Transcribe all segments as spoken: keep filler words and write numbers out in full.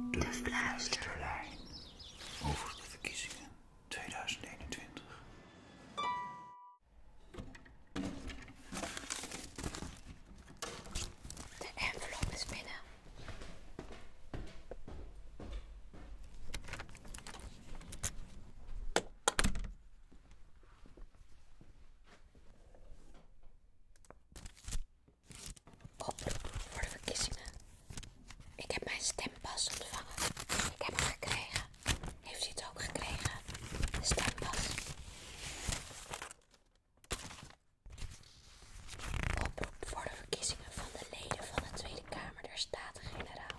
De Fluisterlijn over de verkiezingen tweeduizend eenentwintig. De envelop is binnen. Oproep voor de verkiezingen. Ik heb mijn stempas ontvangen. Ik heb hem gekregen. Heeft u het ook gekregen? De stempas. Oproep voor de verkiezingen van de leden van de Tweede Kamer der Staten-Generaal.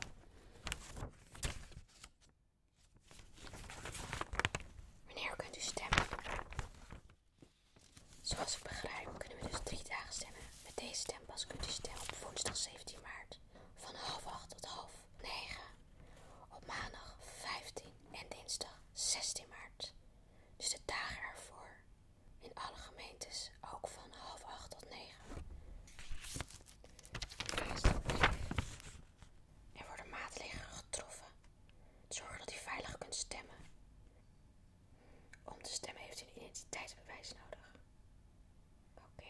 Wanneer kunt u stemmen? Zoals ik begrijp kunnen we dus drie dagen stemmen. Met deze stempas kunt u stemmen op woensdag zeventien maart van half acht tot half negen. Op maandag vijftien en dinsdag zestien maart. Dus de dagen ervoor. In alle gemeentes ook van half acht tot negen. Er worden maatregelen getroffen. Zorg dat u veilig kunt stemmen. Om te stemmen heeft u een identiteitsbewijs nodig. Oké.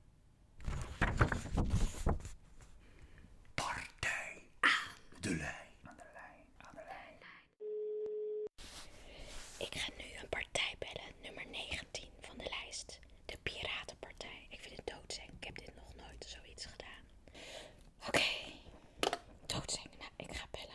Partij aan de lijn. Aan de lijn, aan de lijn. Ik ga nu een partij bellen, nummer negentien van de lijst. De Piratenpartij. Ik vind het doodseng. Ik heb dit nog nooit zoiets gedaan. Oké. Okay. Doodseng. Nou, ik ga bellen.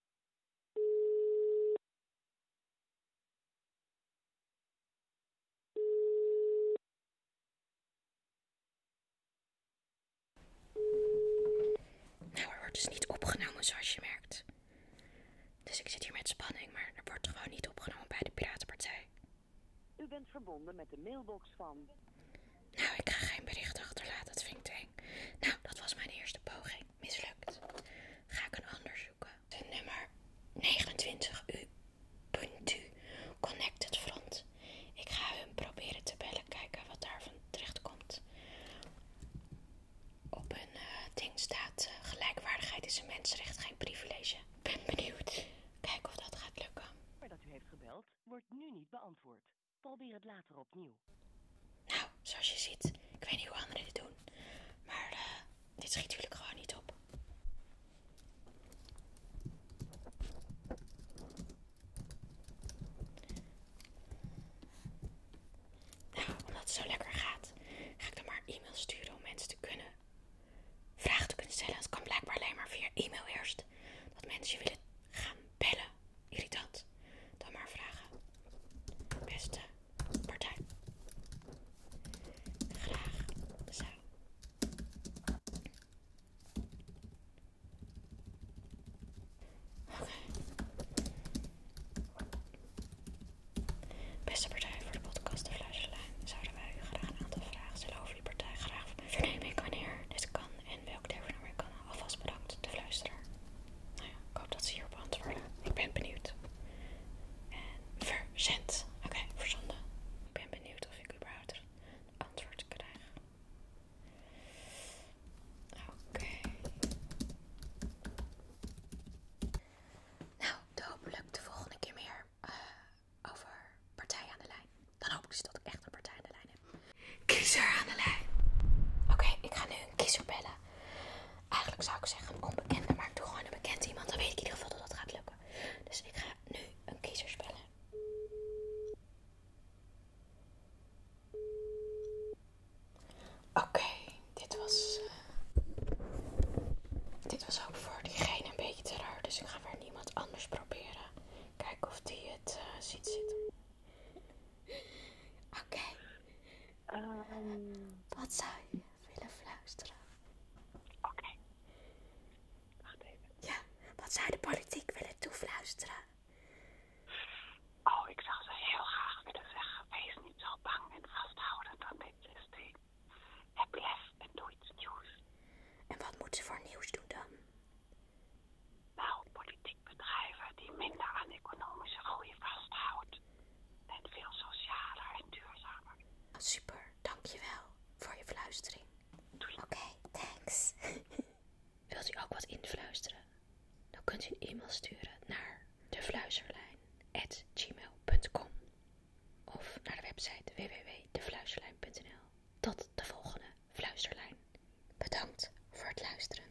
Nou, er wordt dus niet opgenomen zoals je merkt. Dus ik zit hier met spanning, maar er wordt gewoon niet opgenomen bij de Piratenpartij. U bent verbonden met de mailbox van... Nou, ik ga geen bericht achterlaten, dat vind ik te eng. Nou, dat was mijn eerste poging. Mislukt. Ga ik een ander zoeken. De nummer negenentwintig U. Punt U. Connected Front. Ik ga hun proberen te bellen, kijken wat daarvan terecht komt. Op hun uh, ding staat uh, gelijkwaardigheid is een mensenrecht, geen privilege. Ben benieuwd. Kijken of dat gaat lukken. Maar dat u heeft gebeld, wordt nu niet beantwoord. Probeer het later opnieuw. Nou, zoals je ziet, ik weet niet hoe anderen dit doen. Maar uh, dit schiet natuurlijk gewoon niet op. Nou, omdat het zo lekker gaat, ga ik dan maar e-mail sturen om mensen te kunnen vragen te kunnen stellen. Het kan blijkbaar alleen maar via e-mail eerst. Dat mensen je willen gaan bellen. Irritant. Dan maar vragen. Beste partij. Graag zou. Oké. Beste partij, voor de podcast De Fluisterlijn zouden wij u graag een aantal vragen stellen over die partij. Graag vernemen ik wanneer dit kan en welk telefoonnummer kan. Alvast bedankt, de fluisteraar. Nou ja, ik hoop dat ze hierop antwoorden. Ik ben benieuwd. En verzend. Oké, okay, verzonden. Ik ben benieuwd of ik überhaupt een antwoord krijg. Oké. Okay. Nou, dan hopelijk de volgende keer meer uh, over partijen aan de lijn. Dan hoop ik dus dat ik echt een partij aan de lijn heb. Kiezer aan de lijn. Oké, okay, ik ga nu een kiezer bellen. Eigenlijk zou ik zeggen een onbekende, maar ik doe gewoon een bekend iemand. Dan weet ik in ieder geval dat dat gaat lukken. Dus ik ga nu een kiezer bellen. Oké, okay, dit was... Uh, dit was ook voor diegene een beetje te raar. Dus ik ga weer iemand anders proberen. Kijken of die het uh, ziet zitten. Oké. Okay. Um... Wat zou je willen fluisteren? Oké. Okay. Wacht even. Ja, wat zou de politiek willen toefluisteren? Oh, ik zou ze heel graag willen zeggen. Wees niet zo bang en vasthoudend aan dit systeem. Heb lef en doe iets nieuws. En wat moeten ze voor nieuws doen dan? Nou, politiek bedrijven die minder aan economische groei vasthoudt. En veel socialer en duurzamer. Oh, super, dankjewel voor je fluistering. Doei. Oké, okay, thanks. Wilt u ook wat influisteren? Dan kunt u een e-mail sturen naar defluisterlijn at gmail punt com of naar de website w w w punt defluisterlijn punt n l. Tot de volgende Fluisterlijn. Bedankt voor het luisteren.